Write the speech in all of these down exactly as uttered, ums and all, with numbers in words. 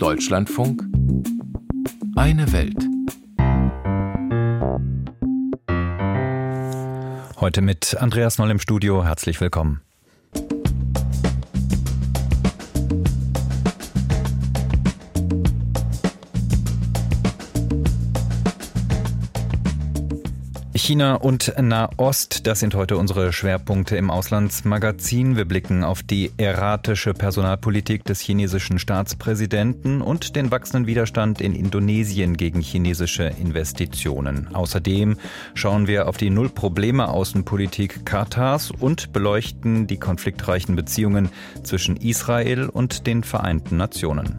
Deutschlandfunk Eine Welt. Heute mit Andreas Noll im Studio. Herzlich willkommen. China und Nahost, das sind heute unsere Schwerpunkte im Auslandsmagazin. Wir blicken auf die erratische Personalpolitik des chinesischen Staatspräsidenten und den wachsenden Widerstand in Indonesien gegen chinesische Investitionen. Außerdem schauen wir auf die Null-Probleme-Außenpolitik Katars und beleuchten die konfliktreichen Beziehungen zwischen Israel und den Vereinten Nationen.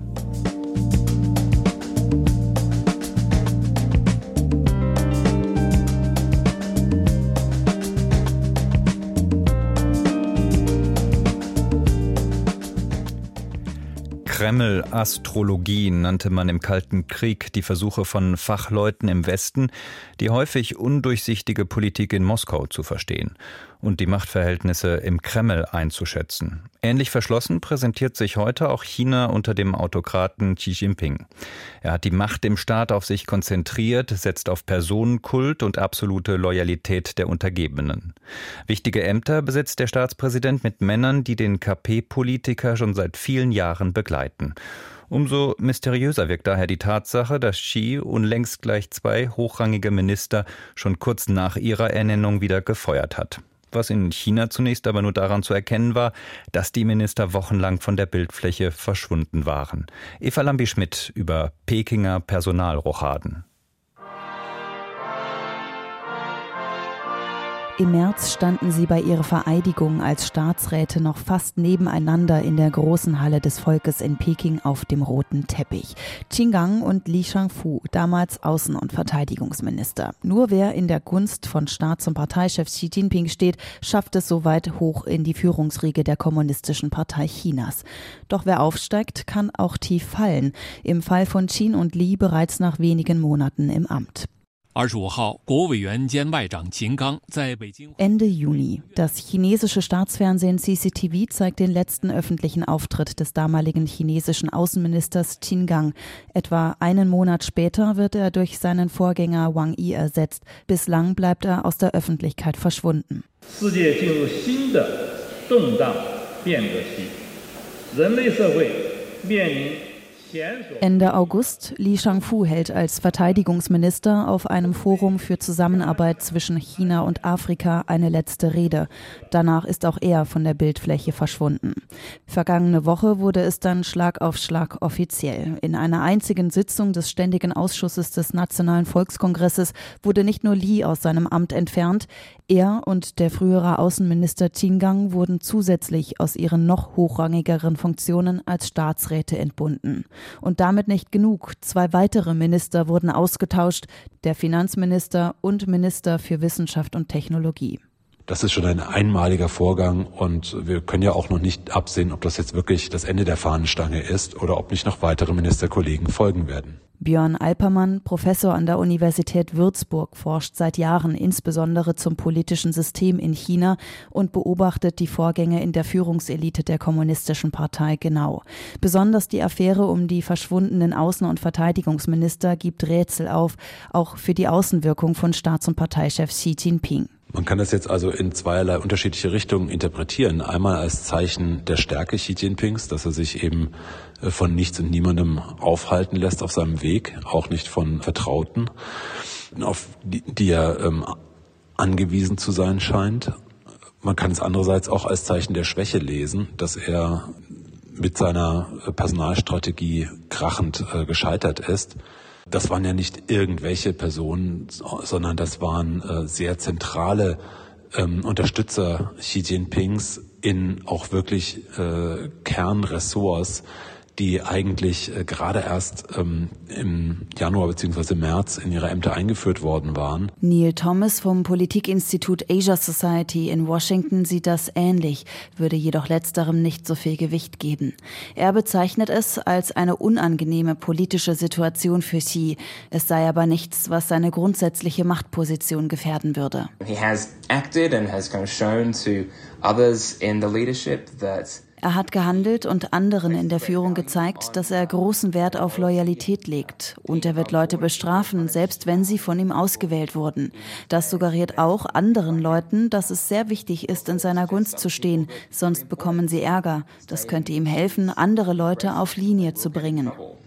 Kreml-Astrologie nannte man im Kalten Krieg die Versuche von Fachleuten im Westen, die häufig undurchsichtige Politik in Moskau zu verstehen und die Machtverhältnisse im Kreml einzuschätzen. Ähnlich verschlossen präsentiert sich heute auch China unter dem Autokraten Xi Jinping. Er hat die Macht im Staat auf sich konzentriert, setzt auf Personenkult und absolute Loyalität der Untergebenen. Wichtige Ämter besetzt der Staatspräsident mit Männern, die den K P-Politiker schon seit vielen Jahren begleiten. Umso mysteriöser wirkt daher die Tatsache, dass Xi unlängst gleich zwei hochrangige Minister schon kurz nach ihrer Ernennung wieder gefeuert hat. Was in China zunächst aber nur daran zu erkennen war, dass die Minister wochenlang von der Bildfläche verschwunden waren. Eva Lambi-Schmidt über Pekinger Personalrochaden. Im März standen sie bei ihrer Vereidigung als Staatsräte noch fast nebeneinander in der großen Halle des Volkes in Peking auf dem roten Teppich. Qin Gang und Li Shangfu, damals Außen- und Verteidigungsminister. Nur wer in der Gunst von Staats- und Parteichef Xi Jinping steht, schafft es so weit hoch in die Führungsriege der Kommunistischen Partei Chinas. Doch wer aufsteigt, kann auch tief fallen. Im Fall von Qin und Li bereits nach wenigen Monaten im Amt. Ende Juni. Das chinesische Staatsfernsehen C C T V zeigt den letzten öffentlichen Auftritt des damaligen chinesischen Außenministers Qin Gang. Etwa einen Monat später wird er durch seinen Vorgänger Wang Yi ersetzt. Bislang bleibt er aus der Öffentlichkeit verschwunden. Ende August, Li Shangfu hält als Verteidigungsminister auf einem Forum für Zusammenarbeit zwischen China und Afrika eine letzte Rede. Danach ist auch er von der Bildfläche verschwunden. Vergangene Woche wurde es dann Schlag auf Schlag offiziell. In einer einzigen Sitzung des Ständigen Ausschusses des Nationalen Volkskongresses wurde nicht nur Li aus seinem Amt entfernt, er und der frühere Außenminister Qin Gang wurden zusätzlich aus ihren noch hochrangigeren Funktionen als Staatsräte entbunden. Und damit nicht genug. Zwei weitere Minister wurden ausgetauscht, der Finanzminister und Minister für Wissenschaft und Technologie. Das ist schon ein einmaliger Vorgang und wir können ja auch noch nicht absehen, ob das jetzt wirklich das Ende der Fahnenstange ist oder ob nicht noch weitere Ministerkollegen folgen werden. Björn Alpermann, Professor an der Universität Würzburg, forscht seit Jahren insbesondere zum politischen System in China und beobachtet die Vorgänge in der Führungselite der Kommunistischen Partei genau. Besonders die Affäre um die verschwundenen Außen- und Verteidigungsminister gibt Rätsel auf, auch für die Außenwirkung von Staats- und Parteichef Xi Jinping. Man kann das jetzt also in zweierlei unterschiedliche Richtungen interpretieren. Einmal als Zeichen der Stärke Xi Jinpings, dass er sich eben von nichts und niemandem aufhalten lässt auf seinem Weg, auch nicht von Vertrauten, auf die, die er ähm, angewiesen zu sein scheint. Man kann es andererseits auch als Zeichen der Schwäche lesen, dass er mit seiner Personalstrategie krachend äh, gescheitert ist. Das waren ja nicht irgendwelche Personen, sondern das waren äh, sehr zentrale ähm, Unterstützer Xi Jinpings in auch wirklich äh, Kernressorts, die eigentlich äh, gerade erst ähm, im Januar bzw. März in ihre Ämter eingeführt worden waren. Neil Thomas vom Politikinstitut Asia Society in Washington sieht das ähnlich, würde jedoch letzterem nicht so viel Gewicht geben. Er bezeichnet es als eine unangenehme politische Situation für Xi. Es sei aber nichts, was seine grundsätzliche Machtposition gefährden würde. He has acted and has kind of shown to others in the leadership that Er hat gehandelt und anderen in der Führung gezeigt, dass er großen Wert auf Loyalität legt. Und er wird Leute bestrafen, selbst wenn sie von ihm ausgewählt wurden. Das suggeriert auch anderen Leuten, dass es sehr wichtig ist, in seiner Gunst zu stehen, sonst bekommen sie Ärger. Das könnte ihm helfen, andere Leute auf Linie zu bringen.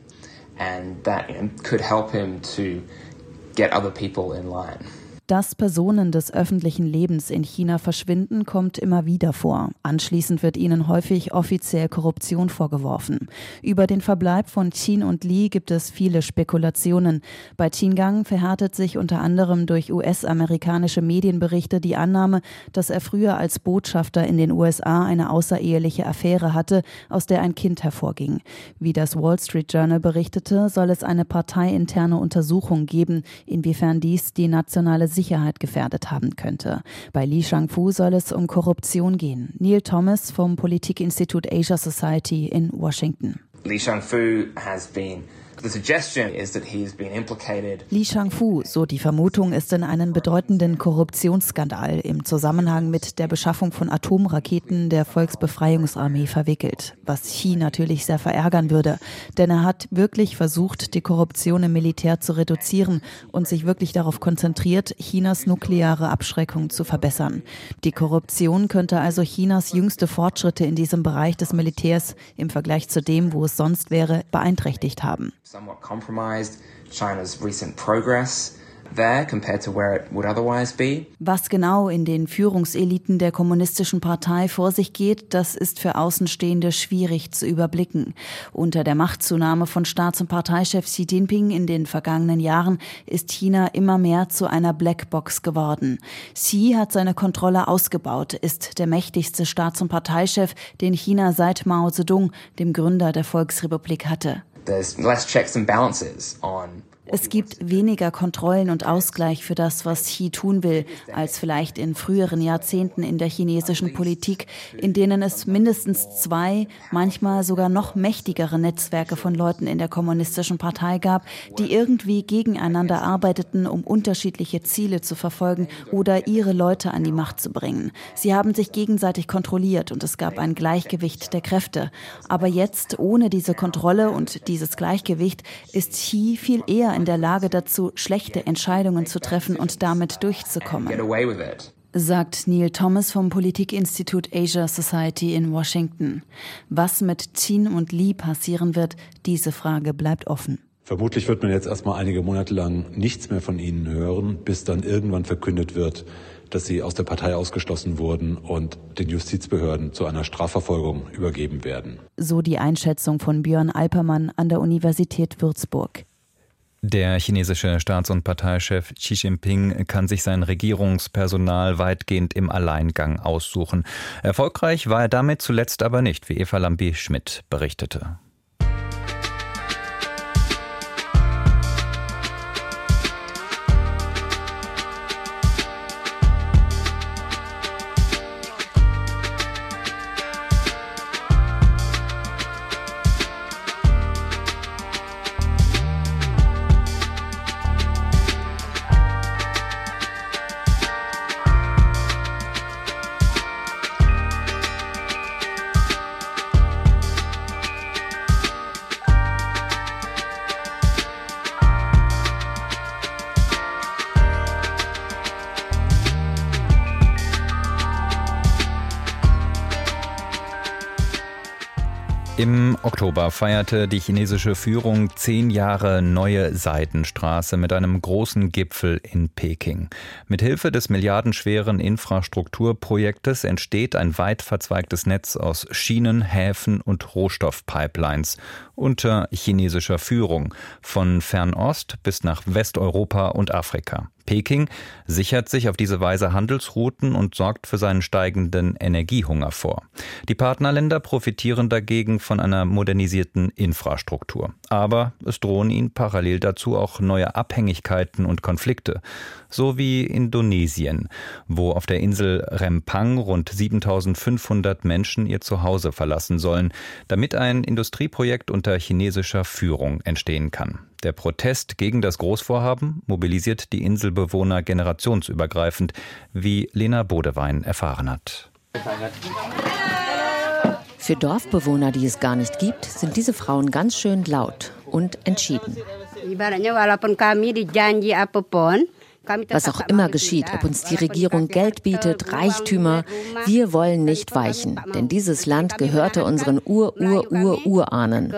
And that could help him to get other people in line. Dass Personen des öffentlichen Lebens in China verschwinden, kommt immer wieder vor. Anschließend wird ihnen häufig offiziell Korruption vorgeworfen. Über den Verbleib von Qin und Li gibt es viele Spekulationen. Bei Qin Gang verhärtet sich unter anderem durch U S-amerikanische Medienberichte die Annahme, dass er früher als Botschafter in den U S A eine außereheliche Affäre hatte, aus der ein Kind hervorging. Wie das Wall Street Journal berichtete, soll es eine parteiinterne Untersuchung geben, inwiefern dies die nationale Sicherheit gefährdet haben könnte. Bei Li Shangfu soll es um Korruption gehen. Neil Thomas vom Politikinstitut Asia Society in Washington. Li Shangfu has been The suggestion is that he's been implicated. Li Shangfu, so die Vermutung, ist in einen bedeutenden Korruptionsskandal im Zusammenhang mit der Beschaffung von Atomraketen der Volksbefreiungsarmee verwickelt, was Xi natürlich sehr verärgern würde, denn er hat wirklich versucht, die Korruption im Militär zu reduzieren und sich wirklich darauf konzentriert, Chinas nukleare Abschreckung zu verbessern. Die Korruption könnte also Chinas jüngste Fortschritte in diesem Bereich des Militärs im Vergleich zu dem, wo es sonst wäre, beeinträchtigt haben. Somewhat compromised China's recent progress there compared to where it would otherwise be. Was genau in den Führungseliten der Kommunistischen Partei vor sich geht, das ist für Außenstehende schwierig zu überblicken. Unter der Machtzunahme von Staats- und Parteichef Xi Jinping in den vergangenen Jahren ist China immer mehr zu einer Blackbox geworden. Xi hat seine Kontrolle ausgebaut, ist der mächtigste Staats- und Parteichef, den China seit Mao Zedong, dem Gründer der Volksrepublik, hatte. There's less checks and balances on. Es gibt weniger Kontrollen und Ausgleich für das, was Xi tun will, als vielleicht in früheren Jahrzehnten in der chinesischen Politik, in denen es mindestens zwei, manchmal sogar noch mächtigere Netzwerke von Leuten in der Kommunistischen Partei gab, die irgendwie gegeneinander arbeiteten, um unterschiedliche Ziele zu verfolgen oder ihre Leute an die Macht zu bringen. Sie haben sich gegenseitig kontrolliert und es gab ein Gleichgewicht der Kräfte. Aber jetzt, ohne diese Kontrolle und dieses Gleichgewicht, ist Xi viel eher in der Lage dazu, schlechte Entscheidungen zu treffen und damit durchzukommen, sagt Neil Thomas vom Politikinstitut Asia Society in Washington. Was mit Qin und Li passieren wird, diese Frage bleibt offen. Vermutlich wird man jetzt erstmal einige Monate lang nichts mehr von ihnen hören, bis dann irgendwann verkündet wird, dass sie aus der Partei ausgeschlossen wurden und den Justizbehörden zu einer Strafverfolgung übergeben werden. So die Einschätzung von Björn Alpermann an der Universität Würzburg. Der chinesische Staats- und Parteichef Xi Jinping kann sich sein Regierungspersonal weitgehend im Alleingang aussuchen. Erfolgreich war er damit zuletzt aber nicht, wie Eva Lambi-Schmidt berichtete. Im Oktober feierte die chinesische Führung zehn Jahre neue Seidenstraße mit einem großen Gipfel in Peking. Mit Hilfe des milliardenschweren Infrastrukturprojektes entsteht ein weit verzweigtes Netz aus Schienen, Häfen und Rohstoffpipelines unter chinesischer Führung, von Fernost bis nach Westeuropa und Afrika. Peking sichert sich auf diese Weise Handelsrouten und sorgt für seinen steigenden Energiehunger vor. Die Partnerländer profitieren dagegen von einer modernisierten Infrastruktur. Aber es drohen ihnen parallel dazu auch neue Abhängigkeiten und Konflikte. So wie Indonesien, wo auf der Insel Rempang rund siebentausendfünfhundert Menschen ihr Zuhause verlassen sollen, damit ein Industrieprojekt unter chinesischer Führung entstehen kann. Der Protest gegen das Großvorhaben mobilisiert die Inselbewohner generationsübergreifend, wie Lena Bodewein erfahren hat. Für Dorfbewohner, die es gar nicht gibt, sind diese Frauen ganz schön laut und entschieden. Was auch immer geschieht, ob uns die Regierung Geld bietet, Reichtümer, wir wollen nicht weichen, denn dieses Land gehörte unseren Ur-Ur-Ur-Urahnen.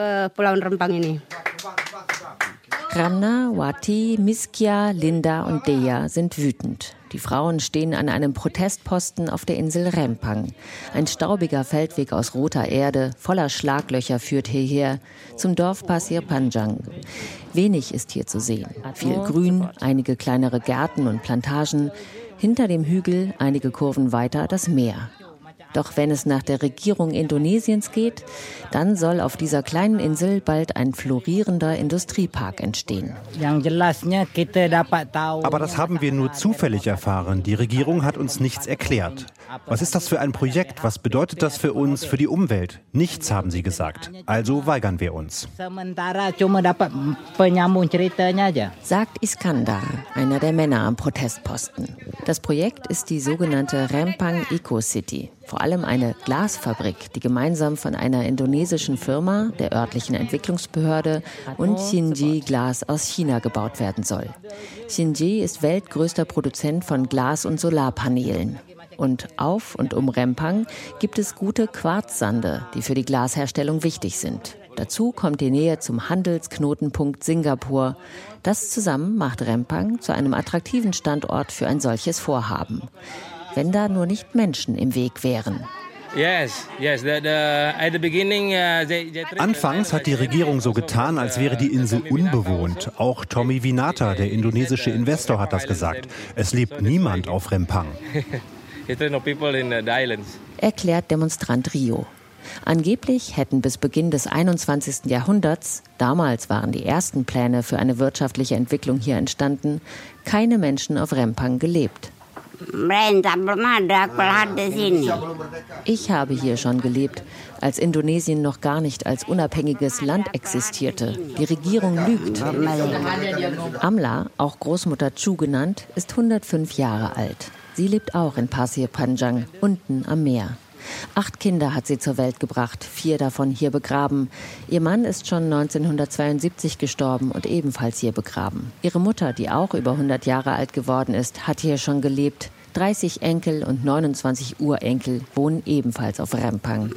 Ramna, Wati, Miskia, Linda und Deya sind wütend. Die Frauen stehen an einem Protestposten auf der Insel Rempang. Ein staubiger Feldweg aus roter Erde, voller Schlaglöcher führt hierher, zum Dorf Pasir Panjang. Wenig ist hier zu sehen. Viel Grün, einige kleinere Gärten und Plantagen. Hinter dem Hügel, einige Kurven weiter, das Meer. Doch wenn es nach der Regierung Indonesiens geht, dann soll auf dieser kleinen Insel bald ein florierender Industriepark entstehen. Aber das haben wir nur zufällig erfahren. Die Regierung hat uns nichts erklärt. Was ist das für ein Projekt? Was bedeutet das für uns, für die Umwelt? Nichts haben sie gesagt. Also weigern wir uns. Sagt Iskandar, einer der Männer am Protestposten. Das Projekt ist die sogenannte Rempang Eco City. Vor allem eine Glasfabrik, die gemeinsam von einer indonesischen Firma, der örtlichen Entwicklungsbehörde und Xinji Glas aus China gebaut werden soll. Xinji ist weltgrößter Produzent von Glas- und Solarpanelen. Und auf und um Rempang gibt es gute Quarzsande, die für die Glasherstellung wichtig sind. Dazu kommt die Nähe zum Handelsknotenpunkt Singapur. Das zusammen macht Rempang zu einem attraktiven Standort für ein solches Vorhaben. Wenn da nur nicht Menschen im Weg wären. Anfangs hat die Regierung so getan, als wäre die Insel unbewohnt. Auch Tommy Winata, der indonesische Investor, hat das gesagt. Es lebt niemand auf Rempang. Erklärt Demonstrant Rio. Angeblich hätten bis Beginn des einundzwanzigsten Jahrhunderts, damals waren die ersten Pläne für eine wirtschaftliche Entwicklung hier entstanden, keine Menschen auf Rempang gelebt. Ich habe hier schon gelebt, als Indonesien noch gar nicht als unabhängiges Land existierte. Die Regierung lügt. Amla, auch Großmutter Chu genannt, ist hundertfünf Jahre alt. Sie lebt auch in Pasir Panjang, unten am Meer. Acht Kinder hat sie zur Welt gebracht, vier davon hier begraben. Ihr Mann ist schon neunzehnhundertzweiundsiebzig gestorben und ebenfalls hier begraben. Ihre Mutter, die auch über hundert Jahre alt geworden ist, hat hier schon gelebt. dreißig Enkel und neunundzwanzig Urenkel wohnen ebenfalls auf Rempang.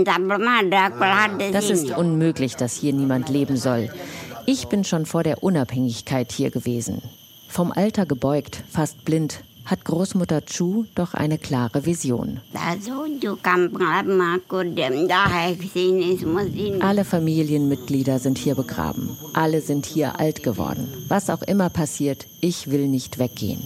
Das ist unmöglich, dass hier niemand leben soll. Ich bin schon vor der Unabhängigkeit hier gewesen. Vom Alter gebeugt, fast blind, hat Großmutter Chu doch eine klare Vision. Alle Familienmitglieder sind hier begraben. Alle sind hier alt geworden. Was auch immer passiert, ich will nicht weggehen.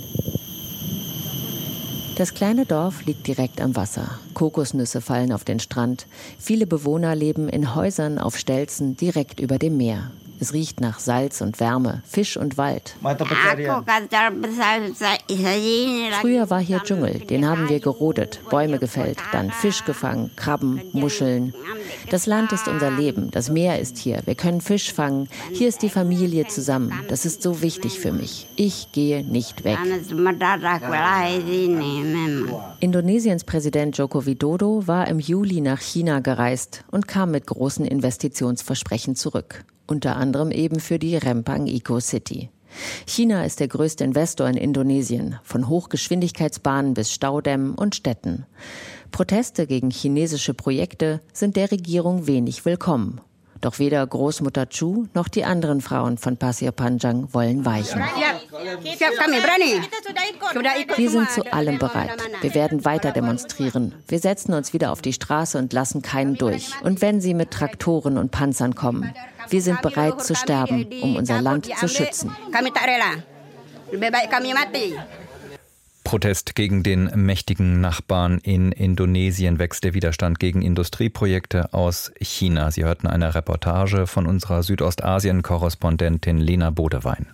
Das kleine Dorf liegt direkt am Wasser. Kokosnüsse fallen auf den Strand. Viele Bewohner leben in Häusern auf Stelzen direkt über dem Meer. Es riecht nach Salz und Wärme, Fisch und Wald. Früher war hier Dschungel, den haben wir gerodet, Bäume gefällt, dann Fisch gefangen, Krabben, Muscheln. Das Land ist unser Leben, das Meer ist hier, wir können Fisch fangen. Hier ist die Familie zusammen, das ist so wichtig für mich. Ich gehe nicht weg. Indonesiens Präsident Joko Widodo war im Juli nach China gereist und kam mit großen Investitionsversprechen zurück. Unter anderem eben für die Rempang Eco City. China ist der größte Investor in Indonesien, von Hochgeschwindigkeitsbahnen bis Staudämmen und Städten. Proteste gegen chinesische Projekte sind der Regierung wenig willkommen. Doch weder Großmutter Chu noch die anderen Frauen von Pasir Panjang wollen weichen. Wir sind zu allem bereit. Wir werden weiter demonstrieren. Wir setzen uns wieder auf die Straße und lassen keinen durch. Und wenn sie mit Traktoren und Panzern kommen, wir sind bereit zu sterben, um unser Land zu schützen. Protest gegen den mächtigen Nachbarn in Indonesien wächst der Widerstand gegen Industrieprojekte aus China. Sie hörten eine Reportage von unserer Südostasien-Korrespondentin Lena Bodewein.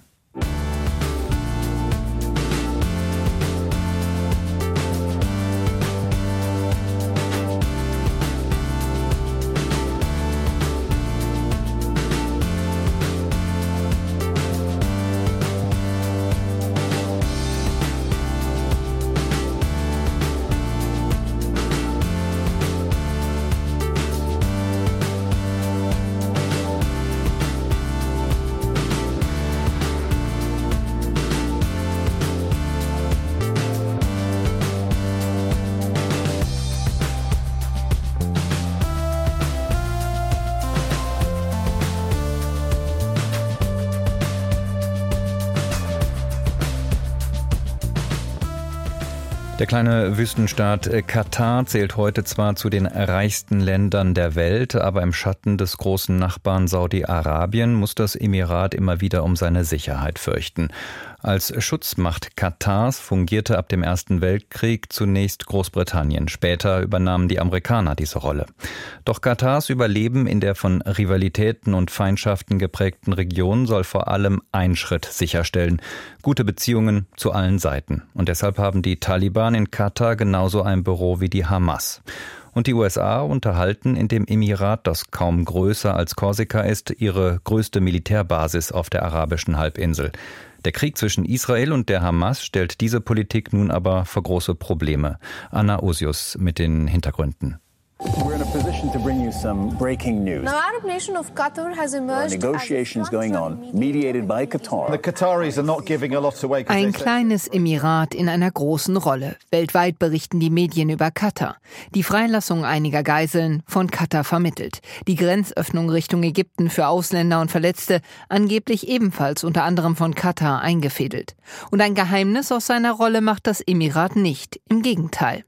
Der kleine Wüstenstaat Katar zählt heute zwar zu den reichsten Ländern der Welt, aber im Schatten des großen Nachbarn Saudi-Arabien muss das Emirat immer wieder um seine Sicherheit fürchten. Als Schutzmacht Katars fungierte ab dem Ersten Weltkrieg zunächst Großbritannien. Später übernahmen die Amerikaner diese Rolle. Doch Katars Überleben in der von Rivalitäten und Feindschaften geprägten Region soll vor allem einen Schritt sicherstellen: gute Beziehungen zu allen Seiten. Und deshalb haben die Taliban in Katar genauso ein Büro wie die Hamas. Und die U S A unterhalten in dem Emirat, das kaum größer als Korsika ist, ihre größte Militärbasis auf der arabischen Halbinsel. Der Krieg zwischen Israel und der Hamas stellt diese Politik nun aber vor große Probleme. Anna Osius mit den Hintergründen. We're in a position to bring you some breaking news. The Arab nation of Qatar has emerged. Negotiations going on, mediated by Qatar. The Qataris are not giving a lot away. Ein kleines Emirat in einer großen Rolle. Weltweit berichten die Medien über Katar. Die Freilassung einiger Geiseln von Katar vermittelt. Die Grenzöffnung Richtung Ägypten für Ausländer und Verletzte angeblich ebenfalls unter anderem von Katar eingefädelt. Und ein Geheimnis aus seiner Rolle macht das Emirat nicht. Im Gegenteil.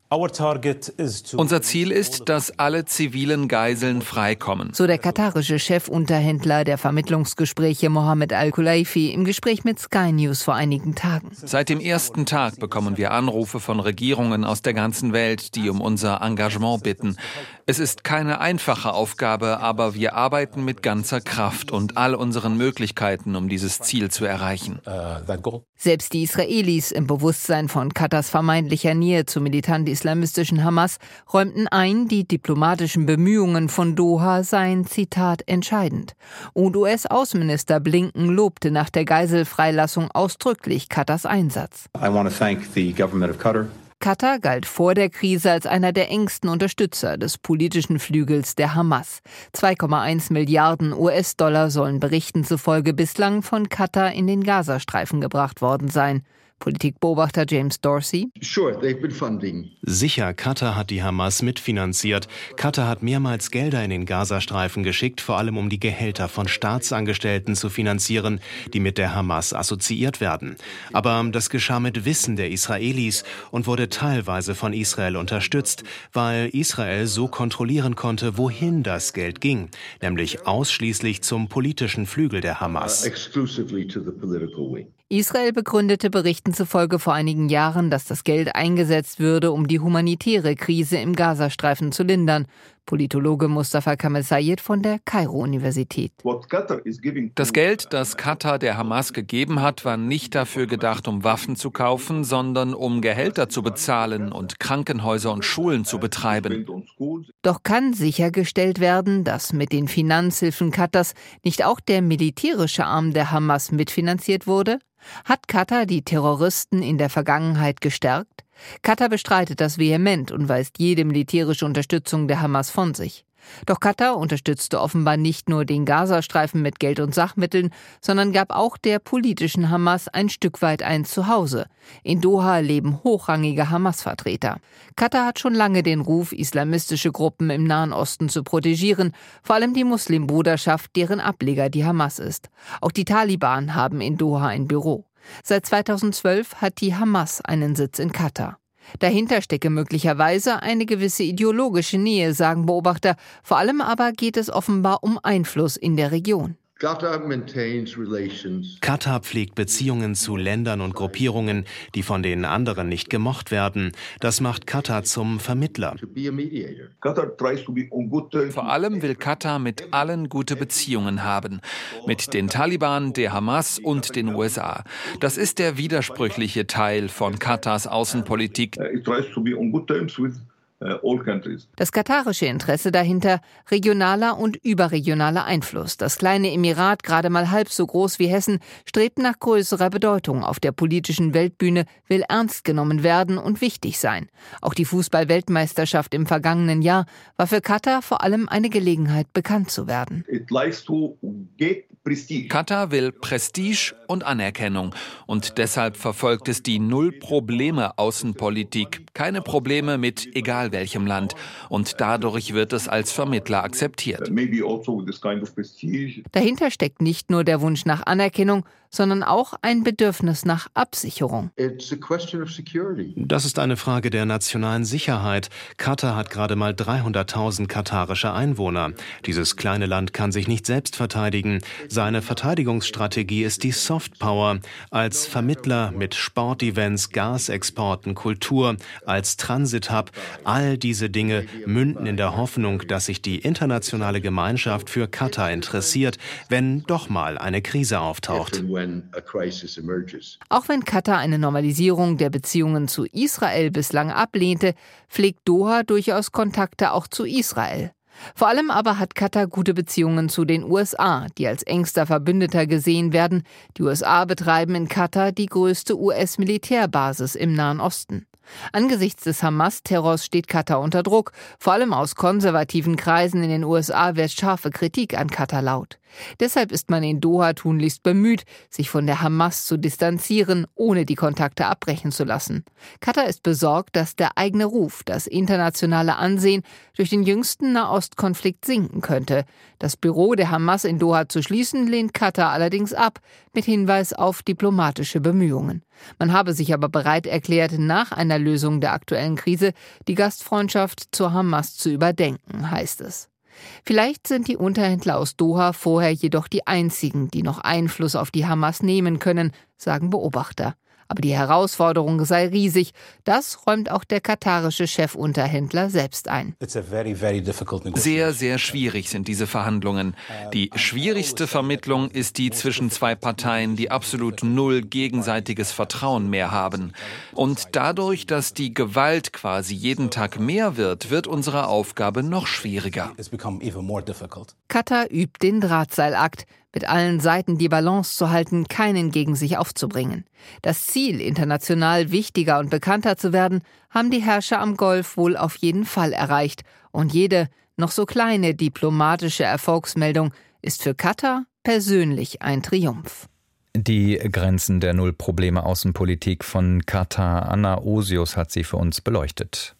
Unser Ziel ist, dass alle zivilen Geiseln freikommen. So der katarische Chefunterhändler der Vermittlungsgespräche Mohammed Al-Khulaifi im Gespräch mit Sky News vor einigen Tagen. Seit dem ersten Tag bekommen wir Anrufe von Regierungen aus der ganzen Welt, die um unser Engagement bitten. Es ist keine einfache Aufgabe, aber wir arbeiten mit ganzer Kraft und all unseren Möglichkeiten, um dieses Ziel zu erreichen. Selbst die Israelis im Bewusstsein von Katars vermeintlicher Nähe zur militant-islamistischen Hamas räumten ein, die diplomatischen Bemühungen von Doha seien, Zitat, entscheidend. Und U S-Außenminister Blinken lobte nach der Geiselfreilassung ausdrücklich Katars Einsatz. I want to thank the government of Qatar. Katar galt vor der Krise als einer der engsten Unterstützer des politischen Flügels der Hamas. zwei Komma eins Milliarden U S-Dollar sollen Berichten zufolge bislang von Katar in den Gazastreifen gebracht worden sein. Politikbeobachter James Dorsey. Sicher, Katar hat die Hamas mitfinanziert. Katar hat mehrmals Gelder in den Gazastreifen geschickt, vor allem um die Gehälter von Staatsangestellten zu finanzieren, die mit der Hamas assoziiert werden. Aber das geschah mit Wissen der Israelis und wurde teilweise von Israel unterstützt, weil Israel so kontrollieren konnte, wohin das Geld ging, nämlich ausschließlich zum politischen Flügel der Hamas. Israel begründete Berichten zufolge vor einigen Jahren, dass das Geld eingesetzt würde, um die humanitäre Krise im Gazastreifen zu lindern. Politologe Mustafa Kamel Sayed von der Kairo-Universität. Das Geld, das Katar der Hamas gegeben hat, war nicht dafür gedacht, um Waffen zu kaufen, sondern um Gehälter zu bezahlen und Krankenhäuser und Schulen zu betreiben. Doch kann sichergestellt werden, dass mit den Finanzhilfen Katars nicht auch der militärische Arm der Hamas mitfinanziert wurde? Hat Katar die Terroristen in der Vergangenheit gestärkt? Katar bestreitet das vehement und weist jede militärische Unterstützung der Hamas von sich. Doch Katar unterstützte offenbar nicht nur den Gazastreifen mit Geld und Sachmitteln, sondern gab auch der politischen Hamas ein Stück weit ein Zuhause. In Doha leben hochrangige Hamas-Vertreter. Katar hat schon lange den Ruf, islamistische Gruppen im Nahen Osten zu protegieren, vor allem die Muslimbruderschaft, deren Ableger die Hamas ist. Auch die Taliban haben in Doha ein Büro. Seit zweitausendzwölf hat die Hamas einen Sitz in Katar. Dahinter stecke möglicherweise eine gewisse ideologische Nähe, sagen Beobachter. Vor allem aber geht es offenbar um Einfluss in der Region. Katar pflegt Beziehungen zu Ländern und Gruppierungen, die von den anderen nicht gemocht werden. Das macht Katar zum Vermittler. Vor allem will Katar mit allen gute Beziehungen haben. Mit den Taliban, der Hamas und den U S A. Das ist der widersprüchliche Teil von Katars Außenpolitik. Das katarische Interesse dahinter, regionaler und überregionaler Einfluss. Das kleine Emirat, gerade mal halb so groß wie Hessen, strebt nach größerer Bedeutung auf der politischen Weltbühne, will ernst genommen werden und wichtig sein. Auch die Fußball-Weltmeisterschaft im vergangenen Jahr war für Katar vor allem eine Gelegenheit, bekannt zu werden. Katar will Prestige und Anerkennung und deshalb verfolgt es die Null-Probleme-Außenpolitik. Keine Probleme mit egal egal welchem Land. Und dadurch wird es als Vermittler akzeptiert. Dahinter steckt nicht nur der Wunsch nach Anerkennung, sondern auch ein Bedürfnis nach Absicherung. Das ist eine Frage der nationalen Sicherheit. Katar hat gerade mal dreihunderttausend katarische Einwohner. Dieses kleine Land kann sich nicht selbst verteidigen. Seine Verteidigungsstrategie ist die Softpower. Als Vermittler mit Sportevents, Gasexporten, Kultur, als Transithub. All diese Dinge münden in der Hoffnung, dass sich die internationale Gemeinschaft für Katar interessiert, wenn doch mal eine Krise auftaucht. Auch wenn Katar eine Normalisierung der Beziehungen zu Israel bislang ablehnte, pflegt Doha durchaus Kontakte auch zu Israel. Vor allem aber hat Katar gute Beziehungen zu den U S A, die als engster Verbündeter gesehen werden. Die U S A betreiben in Katar die größte U S-Militärbasis im Nahen Osten. Angesichts des Hamas-Terrors steht Katar unter Druck. Vor allem aus konservativen Kreisen in den U S A wird scharfe Kritik an Katar laut. Deshalb ist man in Doha tunlichst bemüht, sich von der Hamas zu distanzieren, ohne die Kontakte abbrechen zu lassen. Katar ist besorgt, dass der eigene Ruf, das internationale Ansehen durch den jüngsten Nahostkonflikt sinken könnte. Das Büro der Hamas in Doha zu schließen, lehnt Katar allerdings ab, mit Hinweis auf diplomatische Bemühungen. Man habe sich aber bereit erklärt, nach einer Lösung der aktuellen Krise die Gastfreundschaft zur Hamas zu überdenken, heißt es. Vielleicht sind die Unterhändler aus Doha vorher jedoch die einzigen, die noch Einfluss auf die Hamas nehmen können, sagen Beobachter. Aber die Herausforderung sei riesig. Das räumt auch der katarische Chefunterhändler selbst ein. Sehr, sehr schwierig sind diese Verhandlungen. Die schwierigste Vermittlung ist die zwischen zwei Parteien, die absolut null gegenseitiges Vertrauen mehr haben. Und dadurch, dass die Gewalt quasi jeden Tag mehr wird, wird unsere Aufgabe noch schwieriger. Katar übt den Drahtseilakt, mit allen Seiten die Balance zu halten, keinen gegen sich aufzubringen. Das Ziel, international wichtiger und bekannter zu werden, haben die Herrscher am Golf wohl auf jeden Fall erreicht. Und jede, noch so kleine diplomatische Erfolgsmeldung ist für Katar persönlich ein Triumph. Die Grenzen der Null-Probleme-Außenpolitik von Katar. Anna Osius hat sie für uns beleuchtet.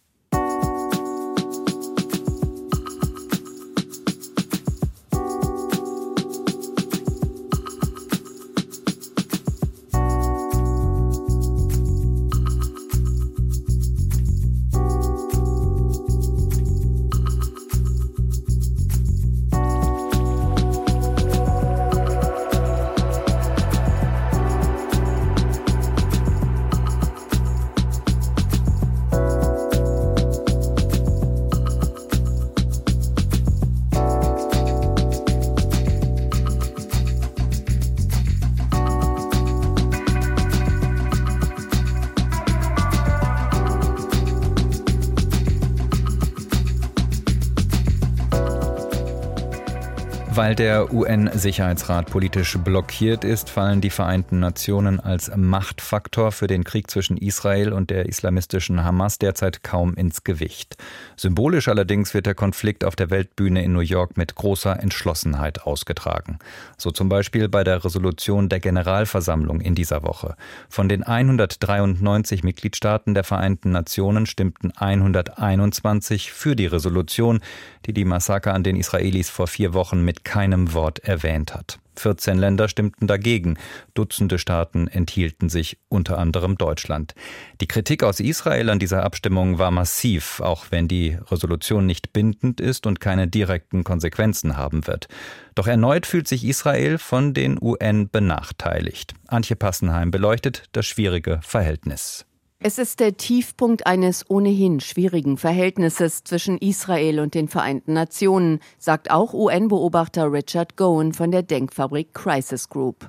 Weil der U N-Sicherheitsrat politisch blockiert ist, fallen die Vereinten Nationen als Machtfaktor für den Krieg zwischen Israel und der islamistischen Hamas derzeit kaum ins Gewicht. Symbolisch allerdings wird der Konflikt auf der Weltbühne in New York mit großer Entschlossenheit ausgetragen. So zum Beispiel bei der Resolution der Generalversammlung in dieser Woche. Von den hundertdreiundneunzig Mitgliedstaaten der Vereinten Nationen stimmten hunderteinundzwanzig für die Resolution, die die Massaker an den Israelis vor vier Wochen mit keinem Wort erwähnt hat. vierzehn Länder stimmten dagegen. Dutzende Staaten enthielten sich, unter anderem Deutschland. Die Kritik aus Israel an dieser Abstimmung war massiv, auch wenn die Resolution nicht bindend ist und keine direkten Konsequenzen haben wird. Doch erneut fühlt sich Israel von den U N benachteiligt. Antje Passenheim beleuchtet das schwierige Verhältnis. Es ist der Tiefpunkt eines ohnehin schwierigen Verhältnisses zwischen Israel und den Vereinten Nationen, sagt auch U N-Beobachter Richard Gowan von der Denkfabrik Crisis Group.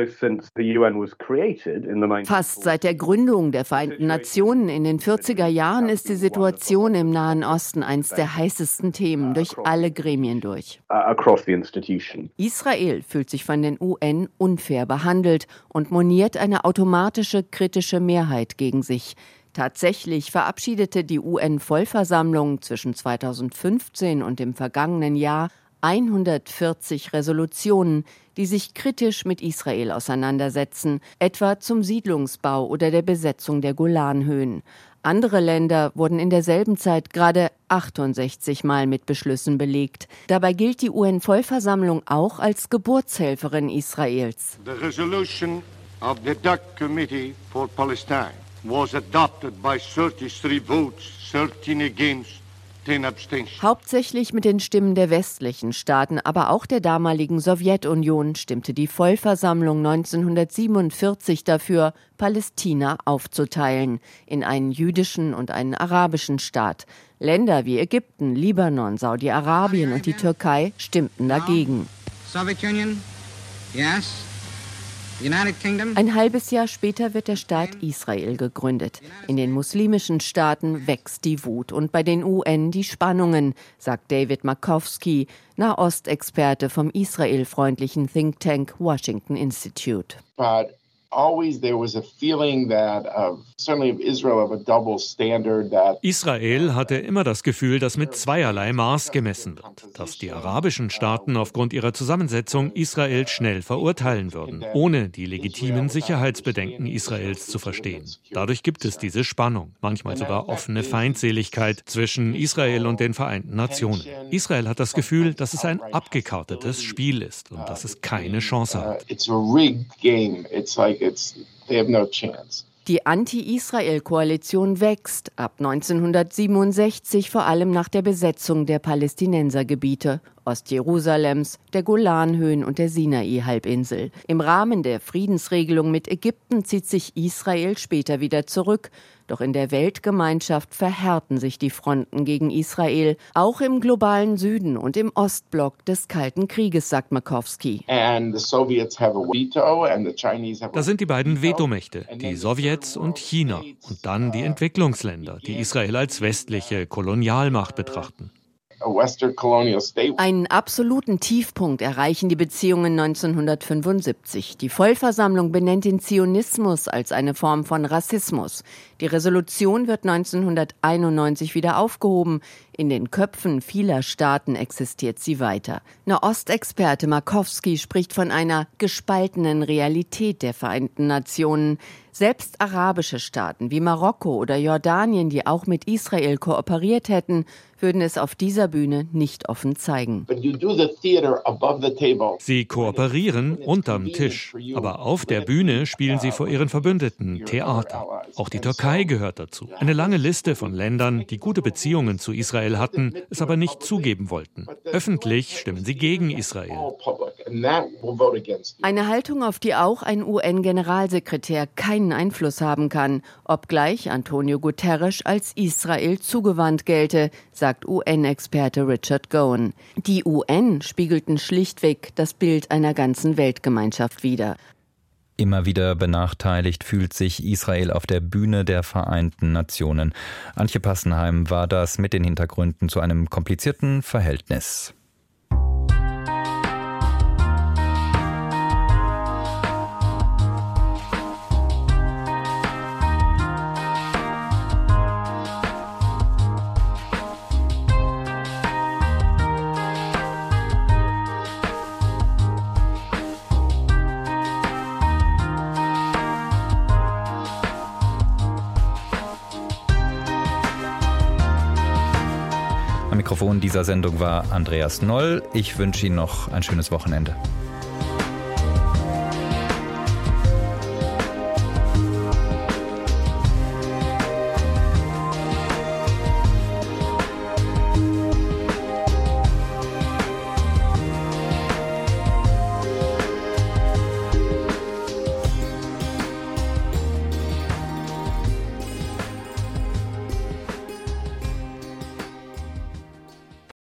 Fast seit der Gründung der Vereinten Nationen in den vierziger Jahren ist die Situation im Nahen Osten eines der heißesten Themen durch alle Gremien durch. Israel fühlt sich von den U N unfair behandelt und moniert eine automatische kritische Mehrheit gegen sich. Tatsächlich verabschiedete die U N-Vollversammlung zwischen zweitausendfünfzehn und dem vergangenen Jahr hundertvierzig Resolutionen, die sich kritisch mit Israel auseinandersetzen, etwa zum Siedlungsbau oder der Besetzung der Golanhöhen. Andere Länder wurden in derselben Zeit gerade achtundsechzig Mal mit Beschlüssen belegt. Dabei gilt die U N-Vollversammlung auch als Geburtshelferin Israels. The resolution of the D U C Committee for Palestine was adopted by thirty-three votes, thirteen against, ten abstentions. Hauptsächlich mit den Stimmen der westlichen Staaten, aber auch der damaligen Sowjetunion stimmte die Vollversammlung neunzehnhundertsiebenundvierzig dafür, Palästina aufzuteilen in einen jüdischen und einen arabischen Staat. Länder wie Ägypten, Libanon, Saudi-Arabien und die Türkei stimmten dagegen. Sowjetunion, yes. Ein halbes Jahr später wird der Staat Israel gegründet. In den muslimischen Staaten wächst die Wut und bei den U N die Spannungen, sagt David Markowski, Nahostexperte vom israelfreundlichen Think Tank Washington Institute. But always there was a feeling that of certainly of Israel of a double standard that Israel hatte immer das Gefühl, dass mit zweierlei Maß gemessen wird, dass die arabischen Staaten aufgrund ihrer Zusammensetzung Israel schnell verurteilen würden, ohne die legitimen Sicherheitsbedenken Israels zu verstehen. Dadurch gibt es diese Spannung, manchmal sogar offene Feindseligkeit zwischen Israel und den Vereinten Nationen. Israel hat das Gefühl, dass es ein abgekartetes Spiel ist und dass es keine Chance hat. It's a rigged game. It's like it's they have no chance. Die Anti-Israel-Koalition wächst ab neunzehnhundertsiebenundsechzig, vor allem nach der Besetzung der Palästinensergebiete, Ostjerusalems, der Golanhöhen und der Sinai-Halbinsel. Im Rahmen der Friedensregelung mit Ägypten zieht sich Israel später wieder zurück. Doch in der Weltgemeinschaft verhärten sich die Fronten gegen Israel, auch im globalen Süden und im Ostblock des Kalten Krieges, sagt Markowski. Da sind die beiden Vetomächte, die Sowjets und China, und dann die Entwicklungsländer, die Israel als westliche Kolonialmacht betrachten. Einen absoluten Tiefpunkt erreichen die Beziehungen neunzehnhundertfünfundsiebzig. Die Vollversammlung benennt den Zionismus als eine Form von Rassismus. Die Resolution wird neunzehnhunderteinundneunzig wieder aufgehoben. In den Köpfen vieler Staaten existiert sie weiter. Nahostexperte Markowski spricht von einer gespaltenen Realität der Vereinten Nationen. Selbst arabische Staaten wie Marokko oder Jordanien, die auch mit Israel kooperiert hätten, würden es auf dieser Bühne nicht offen zeigen. Sie kooperieren unterm Tisch, aber auf der Bühne spielen sie vor ihren Verbündeten Theater. Auch die Türkei gehört dazu. Eine lange Liste von Ländern, die gute Beziehungen zu Israel hatten, es aber nicht zugeben wollten. Öffentlich stimmen sie gegen Israel. Eine Haltung, auf die auch ein U N-Generalsekretär keinen Einfluss haben kann, obgleich Antonio Guterres als Israel zugewandt gelte, sagt U N-Experte Richard Gowan. Die U N spiegelten schlichtweg das Bild einer ganzen Weltgemeinschaft wider. Immer wieder benachteiligt fühlt sich Israel auf der Bühne der Vereinten Nationen. Antje Passenheim war das mit den Hintergründen zu einem komplizierten Verhältnis. Am Mikrofon dieser Sendung war Andreas Noll. Ich wünsche Ihnen noch ein schönes Wochenende.